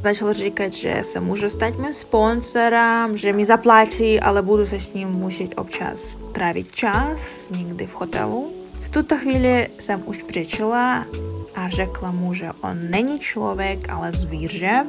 Začal říkat, že se může stát mým sponsorem, že mi zaplatí, ale budu se s ním muset občas trávit čas, někdy v hotelu. V tuto chvíli jsem už přečila a řekla mu, že on není člověk, ale zvíře.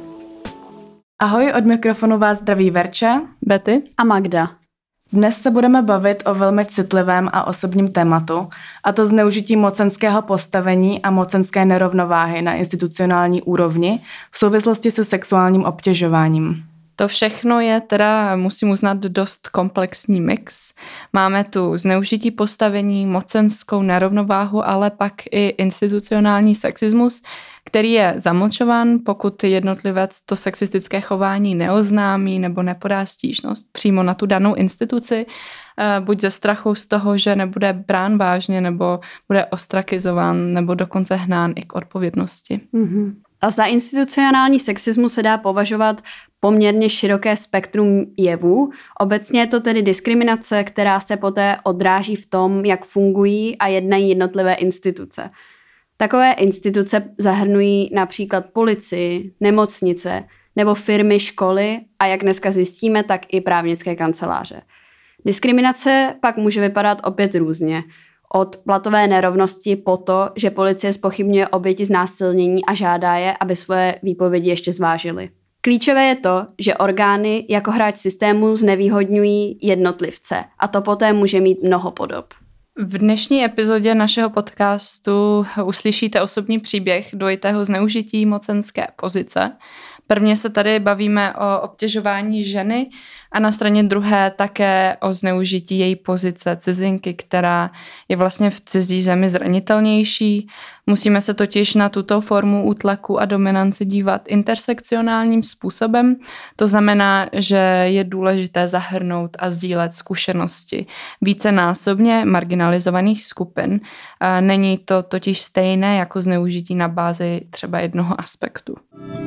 Ahoj, od mikrofonu vás zdraví Verča, Betty a Magda. Dnes se budeme bavit o velmi citlivém a osobním tématu, a to zneužití mocenského postavení a mocenské nerovnováhy na institucionální úrovni v souvislosti se sexuálním obtěžováním. To všechno je teda, musím uznat, dost komplexní mix. Máme tu zneužití postavení, mocenskou nerovnováhu, ale pak i institucionální sexismus, který je zamlčován, pokud jednotlivec to sexistické chování neoznámí nebo nepodá stížnost přímo na tu danou instituci, buď ze strachu z toho, že nebude brán vážně nebo bude ostrakizován nebo dokonce hnán i k odpovědnosti. Mm-hmm. A za institucionální sexismus se dá považovat poměrně široké spektrum jevů. Obecně je to tedy diskriminace, která se poté odráží v tom, jak fungují a jednají jednotlivé instituce. Takové instituce zahrnují například policii, nemocnice nebo firmy, školy a jak dneska zjistíme, tak i právnické kanceláře. Diskriminace pak může vypadat opět různě. Od platové nerovnosti po to, že policie zpochybňuje oběti znásilnění a žádá je, aby svoje výpovědi ještě zvážily. Klíčové je to, že orgány jako hráč systému znevýhodňují jednotlivce a to poté může mít mnoho podob. V dnešní epizodě našeho podcastu uslyšíte osobní příběh dvojitého zneužití mocenské pozice. Prvně se tady bavíme o obtěžování ženy a na straně druhé také o zneužití její pozice cizinky, která je vlastně v cizí zemi zranitelnější. Musíme se totiž na tuto formu útlaku a dominanci dívat intersekcionálním způsobem. To znamená, že je důležité zahrnout a sdílet zkušenosti vícenásobně marginalizovaných skupin. Není to totiž stejné jako zneužití na bázi třeba jednoho aspektu.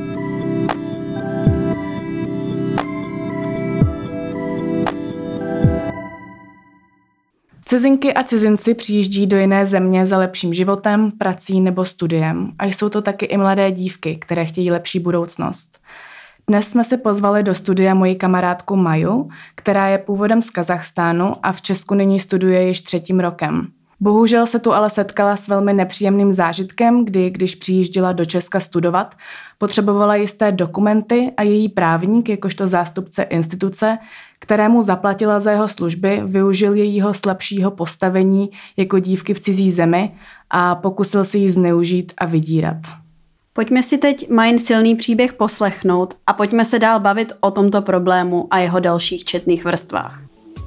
Cizinky a cizinci přijíždí do jiné země za lepším životem, prací nebo studiem a jsou to taky i mladé dívky, které chtějí lepší budoucnost. Dnes jsme si pozvali do studia moji kamarádku Maju, která je původem z Kazachstánu a v Česku nyní studuje již 3. rokem. Bohužel se tu ale setkala s velmi nepříjemným zážitkem, když přijížděla do Česka studovat, potřebovala jisté dokumenty a její právník, jakožto zástupce instituce, kterému zaplatila za jeho služby, využil jejího slabšího postavení jako dívky v cizí zemi a pokusil se jí zneužít a vydírat. Pojďme si teď Majin silný příběh poslechnout a pojďme se dál bavit o tomto problému a jeho dalších četných vrstvách.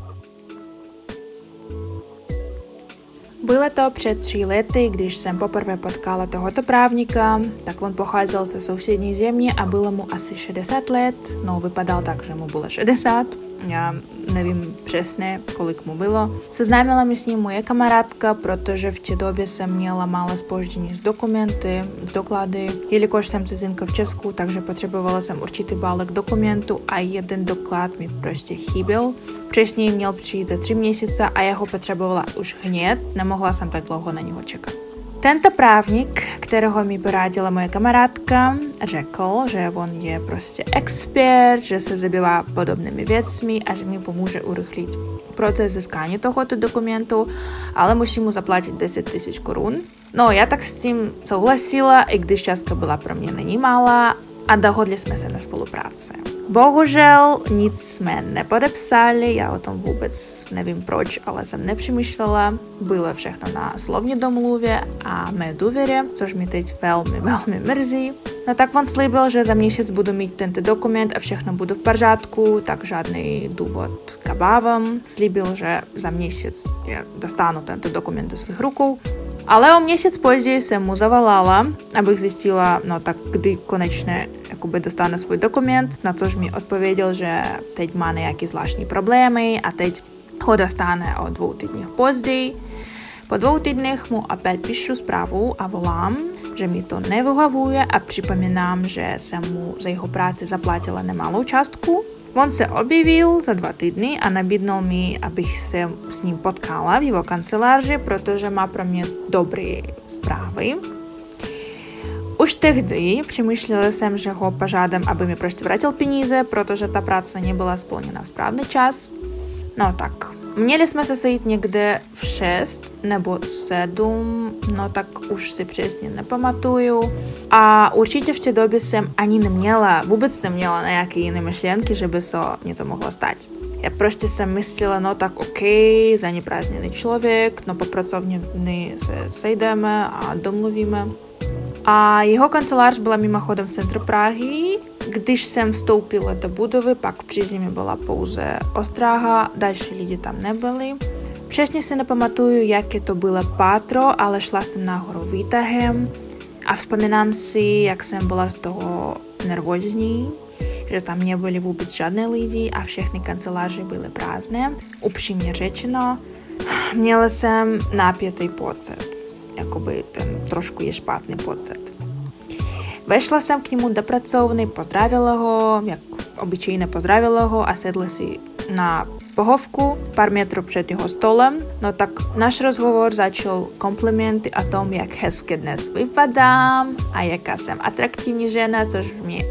Bylo to před 3 lety, když jsem poprvé potkala tohoto právníka, tak on pocházel ze sousední země a bylo mu asi 60 let, no vypadal tak, že mu bylo 60. Já nevím přesně, kolik mu bylo. Seznámila mi s ním moje kamarádka, protože v té době jsem měla malé zpoždění s dokumenty, s doklady. Jelikož jsem cizinka v Česku, takže potřebovala jsem určitý balík dokumentů a jeden doklad mi prostě chyběl. Přesně měl přijít za 3 měsíce a já ho potřebovala už hned, nemohla jsem tak dlouho na něho čekat. Tento právník, kterého mi poradila moje kamarádka, řekl, že on je prostě expert, že se zabývá podobnými věcmi a že mi pomůže urychlit proces získání tohoto dokumentu, ale musím mu zaplatit 10 000 korun. No, já tak s tím souhlasila, i když částka byla pro mě není malá a dohodli jsme se na spolupráci. Bohužel nic jsme nepodepsali, já o tom vůbec nevím proč, ale jsem nepřemýšlela. Bylo všechno na slovní domluvě a mé důvěře, což mi teď velmi mrzí. No tak on slíbil, že za měsíc budu mít tento dokument a všechno bude v pořádku, tak žádný důvod k obávám. Slíbil, že za měsíc já dostanu tento dokument do svých rukou. Ale o měsíc později jsem mu zavolala, abych zjistila, no tak kdy konečně dostane svůj dokument, na což mi odpověděl, že teď má nějaké zvláštní problémy a teď ho dostane o 2 týdnech později. Po 2 týdnech mu opět píšu zprávu a volám, že mi to nevyhovuje a připomínám, že jsem mu za jeho práci zaplatila nemalou částku. On se objevil za 2 týdny a nabídnul mi, abych se s ním potkala v jeho kanceláři, protože má pro mě dobré zprávy. Už tehdy přemýšlela jsem, že ho požádám, aby mi prostě vrátil peníze, protože ta práce nebyla splněna v správný čas. No tak, měli jsme se sejít někde v 6 nebo 7, no tak už si přesně nepamatuju. A určitě v té době jsem ani vůbec neměla nějaké jiné myšlenky, že by se něco mohlo stát. Já prostě jsem myslela, no tak okej, zaneprázdněný člověk, no po pracovní dny se sejdeme a domluvíme. A jeho kancelář byla mimochodem v centru Prahy. Když jsem vstoupila do budovy, pak při zemi byla pouze ostraha, další lidi tam nebyli. Přesně si nepamatuju, jaké to bylo pátro, ale šla jsem nahoru výtahem a vzpomínám si, jak jsem byla z toho nervózní, že tam nebyli vůbec žádné lidi a všechny kanceláře byly prázdné. Upřímně řečeno, měla jsem napětý pocit. Jakoby ten trošku je špatný pocit. Vešla jsem k němu do pracovny, pozdravila ho, jak obyčejně pozdravila ho a sedla si na pohovku pár metrů před jeho stolem. No tak náš rozhovor začal komplimenty o tom, jak hezky dnes vypadám a jaká jsem atraktivní žena, což mě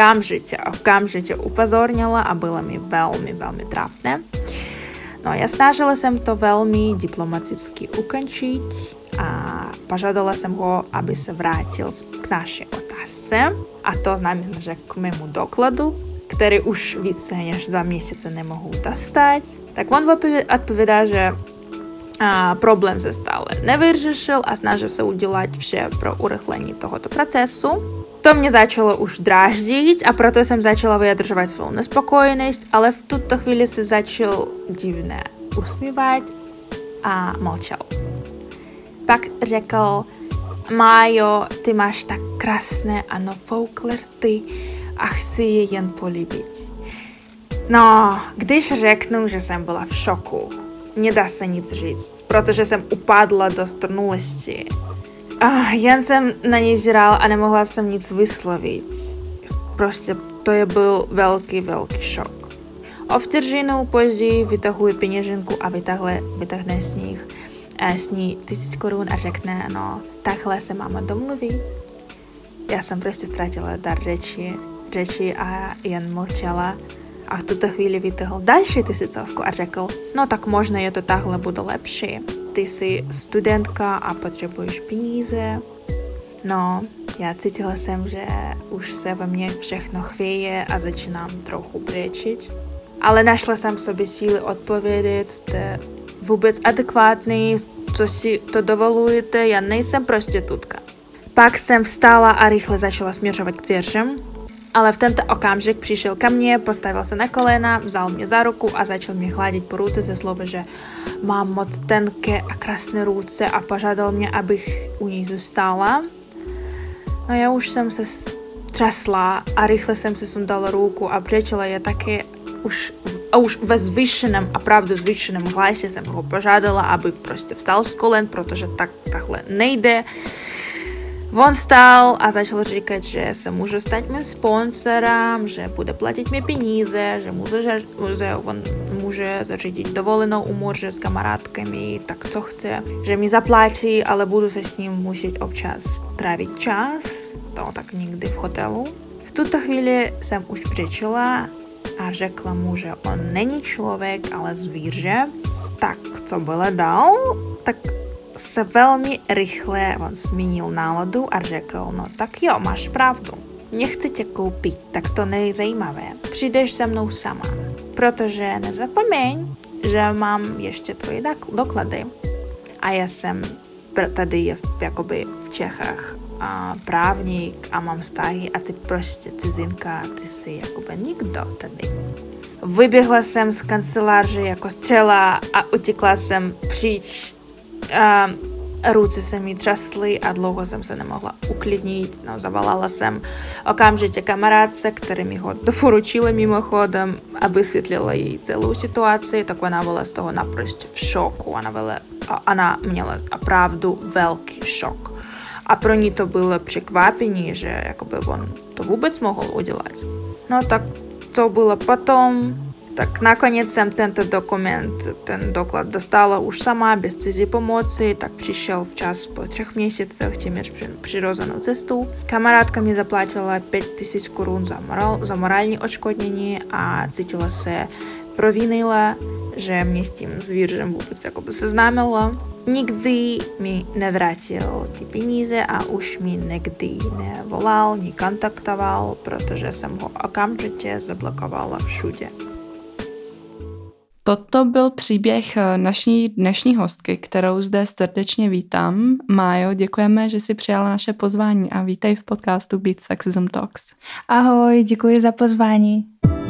okamžitě upozornila a bylo mi velmi trápné. No já snažila jsem to velmi diplomaticky ukončit a požádala jsem ho, aby se vrátil k naší otázce, a to znamená, že k mému dokladu, který už více než 2 měsíce nemohu dostat. Tak on odpovědá, že problém se stále nevyřešil a snaží se udělat vše pro urychlení tohoto procesu. To mě začalo už dráždit a proto jsem začala vyjadřovat svou nespokojenost, ale v tuto chvíli se začal divně usmívat a mlčel. Pak řekl: Májo, ty máš tak krásné a novoukler ty a chci je jen políbit. No, když řeknu, že jsem byla v šoku, nedá se nic říct, protože jsem upadla do strnulosti. Jen jsem na něj zírala a nemohla jsem nic vyslovit. Prostě to je byl velký šok. O vteřinu později vytahuje peněženku a vytáhne z ní 1000 korun a řekne: no, takhle se máme domluvit. Já jsem prostě ztratila dar řeči a jen mlčela. A v tuto chvíli vytáhl další 1000 a řekl: no tak možná je to takhle bude lepší. Ty jsi studentka a potřebuješ peníze. No, já cítila jsem, že už se ve mně všechno chvěje a začínám trochu brečet. Ale našla jsem v sobě síly odpovědět: jste vůbec adekvátní, co si to dovolujete, já nejsem prostitutka. Pak jsem vstala a rychle začala směřovat k dveřím. Ale v tento okamžik přišel ke mně, postavil se na kolena, vzal mě za ruku a začal mě chladit po ruce se slovy, že mám moc tenké a krásné ruce a požádal mě, abych u něj zůstala. No já už jsem se třasla a rychle jsem se sundala ruku a brečela je taky už ve zvýšeném a pravdu zvýšeném hlase jsem ho požádala, aby prostě vstal z kolen, protože takhle nejde. On vstal a začal říkat, že se může stát mým sponsorem, že bude platit mi peníze, že on může zařídit dovolenou u moře s kamarádkami, tak co chce, že mi zaplatí, ale budu se s ním muset občas trávit čas, to tak někdy v hotelu. V tuto chvíli jsem už přečila a řekla mu, že on není člověk, ale zvíře. Tak co bylo dál? Tak se velmi rychle on změnil náladu a řekl: no tak jo, máš pravdu. Nechci tě koupit, tak to není zajímavé. Přijdeš se mnou sama, protože nezapomeň, že mám ještě tvoje doklady. A já jsem tady jakoby v Čechách právník a mám vztahy a ty prostě cizinka, ty jsi jakoby nikdo tady. Vyběhla jsem z kanceláře jako střela a utekla jsem pryč. Ruce se mi třasly a dlouho jsem se nemohla uklidnit. No, zavolala jsem okamžitě kamarádce, který mi ho doporučila mimochodem a vysvětlila jí celou situaci, tak ona byla z toho naprosto v šoku. Ona měla opravdu velký šok. A pro ní to bylo překvapení, že jakoby on to vůbec mohl udělat. No tak to bylo potom. Tak nakonec jsem tento ten doklad dostala už sama, bez cizí pomoci, tak přišel včas po 3 měsících, téměř přirozenou cestu. Kamarádka mi zaplatila 5000 korun za morální odškodnění a cítila se provinila, že mě s tím zvířem vůbec jakoby seznámila. Nikdy mi nevrátil ty peníze a už mi nikdy nevolal, nekontaktoval, protože jsem ho okamžitě zablokovala všude. Toto byl příběh naší dnešní hostky, kterou zde srdečně vítám. Májo, děkujeme, že jsi přijala naše pozvání a vítej v podcastu Beat Sexism Talks. Ahoj, děkuji za pozvání.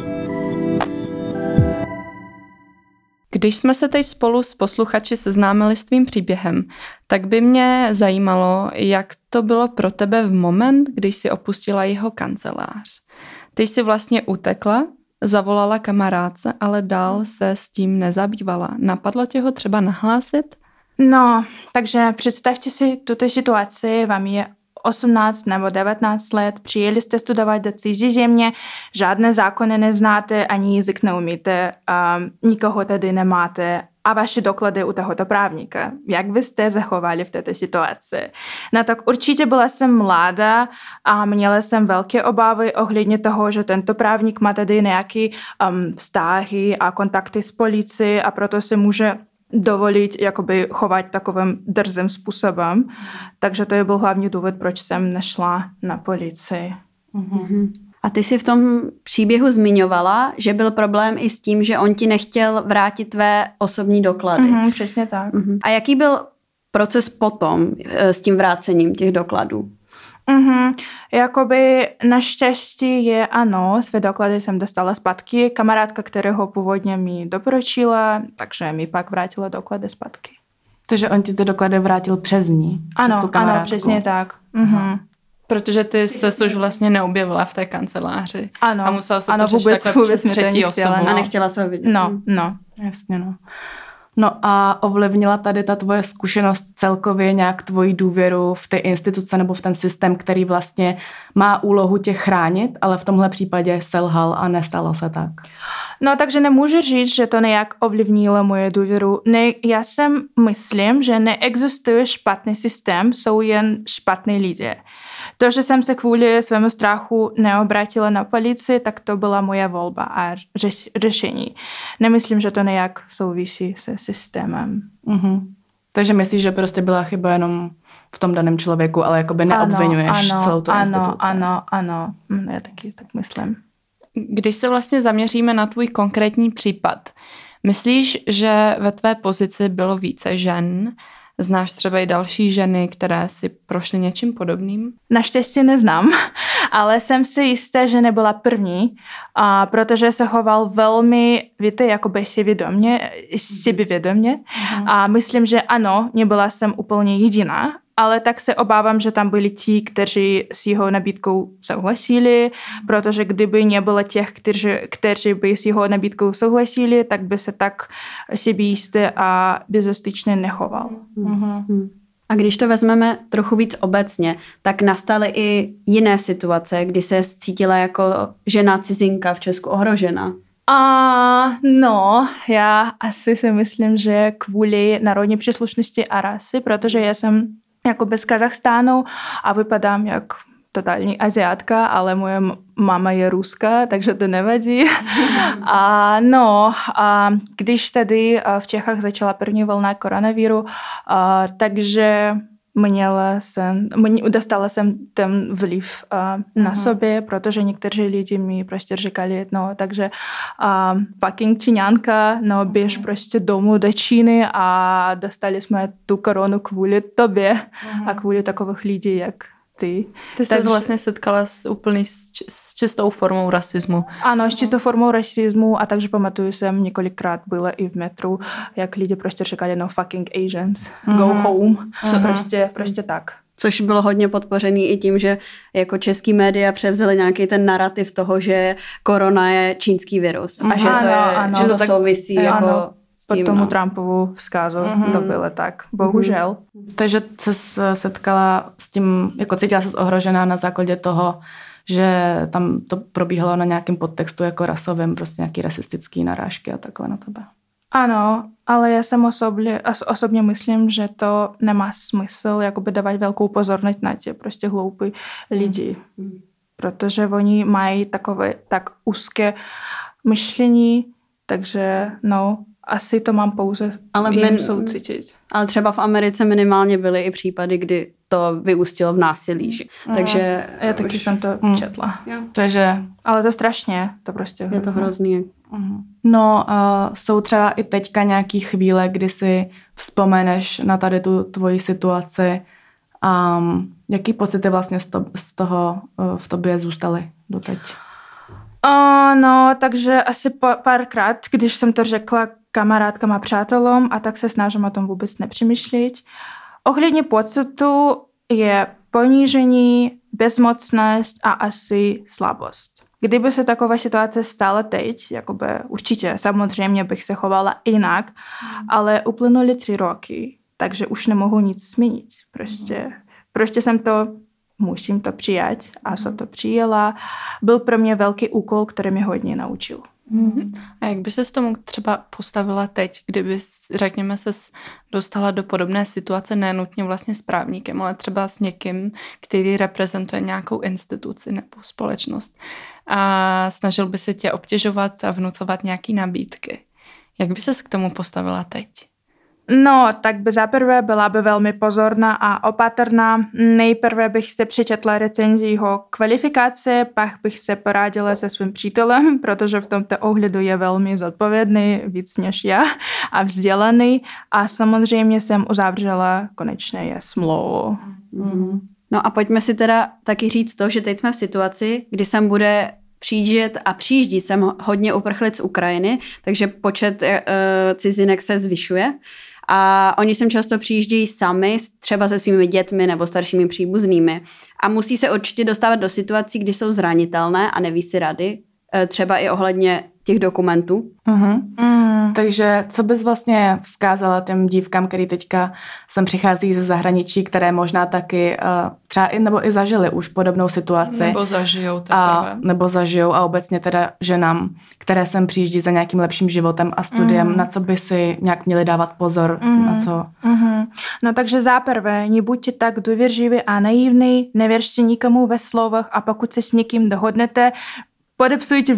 Když jsme se teď spolu s posluchači seznámili s tvým příběhem, tak by mě zajímalo, jak to bylo pro tebe v moment, když jsi opustila jeho kancelář. Ty jsi vlastně utekla, zavolala kamarádce, ale dál se s tím nezabývala. Napadlo tě ho třeba nahlásit? No, takže představte si tuto situaci, vám je 18 nebo 19 let, přijeli jste studovat do cizí země, žádné zákony neznáte, ani jazyk neumíte, nikoho tady nemáte a vaše doklady u tohoto právníka. Jak byste zachovali v této situaci? No tak určitě byla jsem mladá a měla jsem velké obavy ohledně toho, že tento právník má tady nějaké vztahy a kontakty s policií a proto se může dovolit jakoby chovat takovým drzým způsobem. Takže to je byl hlavní důvod, proč jsem nešla na policii. Mm-hmm. A ty si v tom příběhu zmiňovala, že byl problém i s tím, že on ti nechtěl vrátit tvé osobní doklady. Přesně tak. A jaký byl proces potom s tím vrácením těch dokladů? Jakoby naštěstí je ano, své doklady jsem dostala zpátky. Kamarádka, kterého původně mi doporučila, takže mi pak vrátila doklady zpátky. Takže on ti ty doklady vrátil přes ní? Ano, přes tu kamarádku. Ano, přesně tak. Protože ty se už vlastně neobjevila v té kanceláři. Ano, a musela se ano, to řešit takhle přes třetí osobu. A nechtěla se ho vidět. No. Jasně, no. No a ovlivnila tady ta tvoje zkušenost celkově nějak tvoji důvěru v ty instituce nebo v ten systém, který vlastně má úlohu tě chránit, ale v tomhle případě selhal a nestalo se tak? No, takže nemůžu říct, že to nějak ovlivnilo moje důvěru. Ne, já si myslím, že neexistuje špatný systém, jsou jen špatní lidé. To, že jsem se kvůli svému strachu neobrátila na policii, tak to byla moje volba a řešení. Nemyslím, že to nějak souvisí se systémem. Takže myslíš, že prostě byla chyba jenom v tom daném člověku, ale jakoby neobvinuješ celou tu instituci. Ano. Já taky tak myslím. Když se vlastně zaměříme na tvůj konkrétní případ, myslíš, že ve tvé pozici bylo více žen? Znáš třeba i další ženy, které si prošly něčím podobným? Naštěstí neznám, ale jsem si jistá, že nebyla první, protože se choval velmi, víte, jakoby sebevědomě. A myslím, že ano, nebyla jsem úplně jediná, ale tak se obávám, že tam byli ti, kteří s jeho nabídkou souhlasili, protože kdyby nebylo těch, kteří by s jeho nabídkou souhlasili, tak by se tak sebejistě a bezostyčně nechoval. A když to vezmeme trochu víc obecně, tak nastaly i jiné situace, kdy se cítila jako žena cizinka v Česku ohrožena. No, já asi si myslím, že kvůli národní příslušnosti a rasy, protože já jsem jako bez Kazachstánu a vypadám jak totální Asiátka, ale moje mama je Ruska, takže to nevadí. A když v Čechách začala první vlna koronaviru, takže dostala jsem ten vliv na sobě, protože někteří lidi mi prostě říkali, takže fucking Číňanka, běž prostě domů do Číny a dostali jsme tu koronu kvůli tobě a kvůli takových lidí, jak ty. Ty jsi vlastně setkala s čistou formou rasismu. Ano, s čistou formou rasismu a takže pamatuju jsem, několikrát bylo i v metru, jak lidi prostě říkali, no fucking Asians, go home. Prostě tak. Což bylo hodně podpořený i tím, že jako český média převzali nějaký ten narrativ toho, že korona je čínský virus a že to souvisí jako s tím. Po tomu Trumpovu vzkazu to bylo tak. Bohužel. Takže se setkala s tím, jako cítila se ohrožená na základě toho, že tam to probíhalo na nějakém podtextu jako rasovým, prostě nějaký rasistický narážky a takhle na tebe. Ano, ale já jsem osobně myslím, že to nemá smysl jakoby dávat velkou pozornost na tě prostě hloupí lidi. Protože oni mají takové tak úzké myšlení, takže asi to mám pouze jim soucitit. Ale třeba v Americe minimálně byly i případy, kdy to vyústilo v násilí. Že? Takže já taky jsem to četla. Takže, ale to strašně, to prostě je to hrozný. No, jsou třeba i teďka nějaký chvíle, kdy si vzpomeneš na tady tu tvoji situaci a jaký pocity vlastně z toho v tobě zůstaly doteď? Takže asi párkrát, když jsem to řekla kamarádkám a přátelům, a tak se snažím o tom vůbec nepřemýšlet. Ohledně pocitu je ponížení, bezmocnost a asi slabost. Kdyby se taková situace stala teď, jakoby určitě, samozřejmě bych se chovala jinak, ale uplynuly 3 roky, takže už nemohu nic změnit. Prostě musím to přijat a jsem to přijela. Byl pro mě velký úkol, který mě hodně naučil. A jak by ses tomu třeba postavila teď, kdyby, řekněme, ses dostala do podobné situace, nenutně vlastně s právníkem, ale třeba s někým, který reprezentuje nějakou instituci nebo společnost a snažil by se tě obtěžovat a vnucovat nějaký nabídky. Jak by ses k tomu postavila teď? Tak by zaprvé byla by velmi pozorná a opatrná. Nejprve bych se přečetla recenzi jeho kvalifikace, pak bych se poradila se svým přítelem, protože v tomto ohledu je velmi zodpovědný, víc než já, a vzdělaný. A samozřejmě jsem uzavřela konečně smlouvu. No a pojďme si teda taky říct to, že teď jsme v situaci, kdy sem bude přijíždí sem hodně uprchlic z Ukrajiny, takže počet cizinek se zvyšuje. A oni sem často přijíždějí sami, třeba se svými dětmi nebo staršími příbuznými. A musí se určitě dostávat do situací, kdy jsou zranitelné a neví si rady, třeba i ohledně těch dokumentů. Takže co bys vlastně vzkázala těm dívkám, který teďka sem přichází ze zahraničí, které možná taky třeba nebo i zažili už podobnou situaci. Nebo zažijou a obecně teda ženám, které sem přijíždí za nějakým lepším životem a studiem, na co by si nějak měli dávat pozor, na co? Takže záprvé, nebuďte tak důvěřiví a naivní, nevěřte nikomu ve slovech a pokud se s někým dohodnete, podepsujte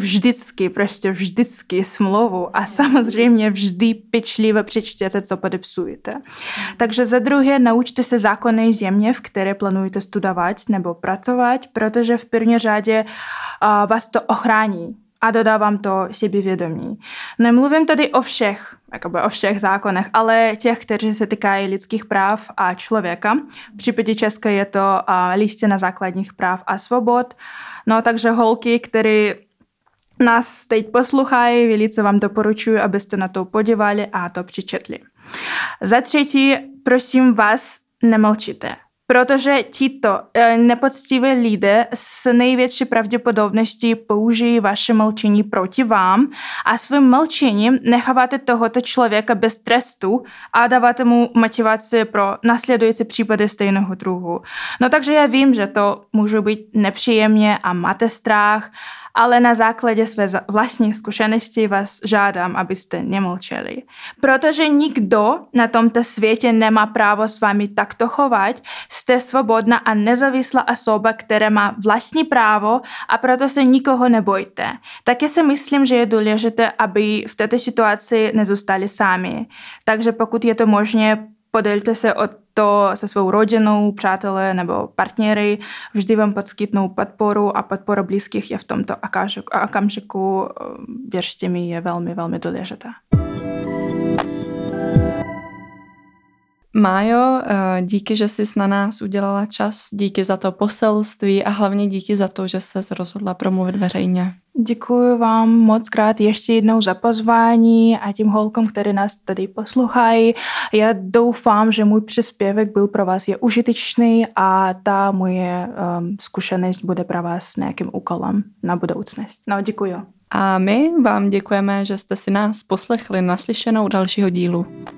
vždycky smlouvu a samozřejmě vždy pečlivě přečtěte, co podepsujete. Takže za druhé, naučte se zákony země, v které plánujete studovat nebo pracovat, protože v první řadě vás to ochrání a dodávám to sebevědomí. Nemluvím tady o všech zákonech, ale těch, kteří se týkají lidských práv a člověka. V případě Česka je to listina základních práv a svobod. Takže holky, které nás teď poslouchají, velice vám doporučuji, abyste na to podívali a to přečetli. Za třetí, prosím vás, nemlčíte. Protože tito nepoctiví lidé s největší pravděpodobností použijí vaše mlčení proti vám a svým mlčením necháváte tohoto člověka bez trestu a dáváte mu motivaci pro následující případy stejného druhu. Takže já vím, že to může být nepříjemně a máte strach, ale na základě své vlastní zkušenosti vás žádám, abyste nemlčeli. Protože nikdo na tomto světě nemá právo s vámi takto chovat. Jste svobodná a nezávislá osoba, která má vlastní právo a proto se nikoho nebojte. Taky si myslím, že je důležité, aby v této situaci nezůstali sami. Takže pokud je to možné, podělte se o to se svou rodinou, přátelé nebo partnery. Vždy vám poskytnou podporu a podpora blízkých je v tomto okamžiku, věřte mi, je velmi, velmi důležitá. Májo, díky, že jsi na nás udělala čas, díky za to poselství a hlavně díky za to, že jsi rozhodla promluvit veřejně. Děkuji vám moc krát ještě jednou za pozvání a tím holkám, které nás tady poslouchají. Já doufám, že můj příspěvek byl pro vás užitečný a ta moje zkušenost bude pro vás nějakým úkolem na budoucnost. Děkuji. A my vám děkujeme, že jste si nás poslechli, naslyšenou dalšího dílu.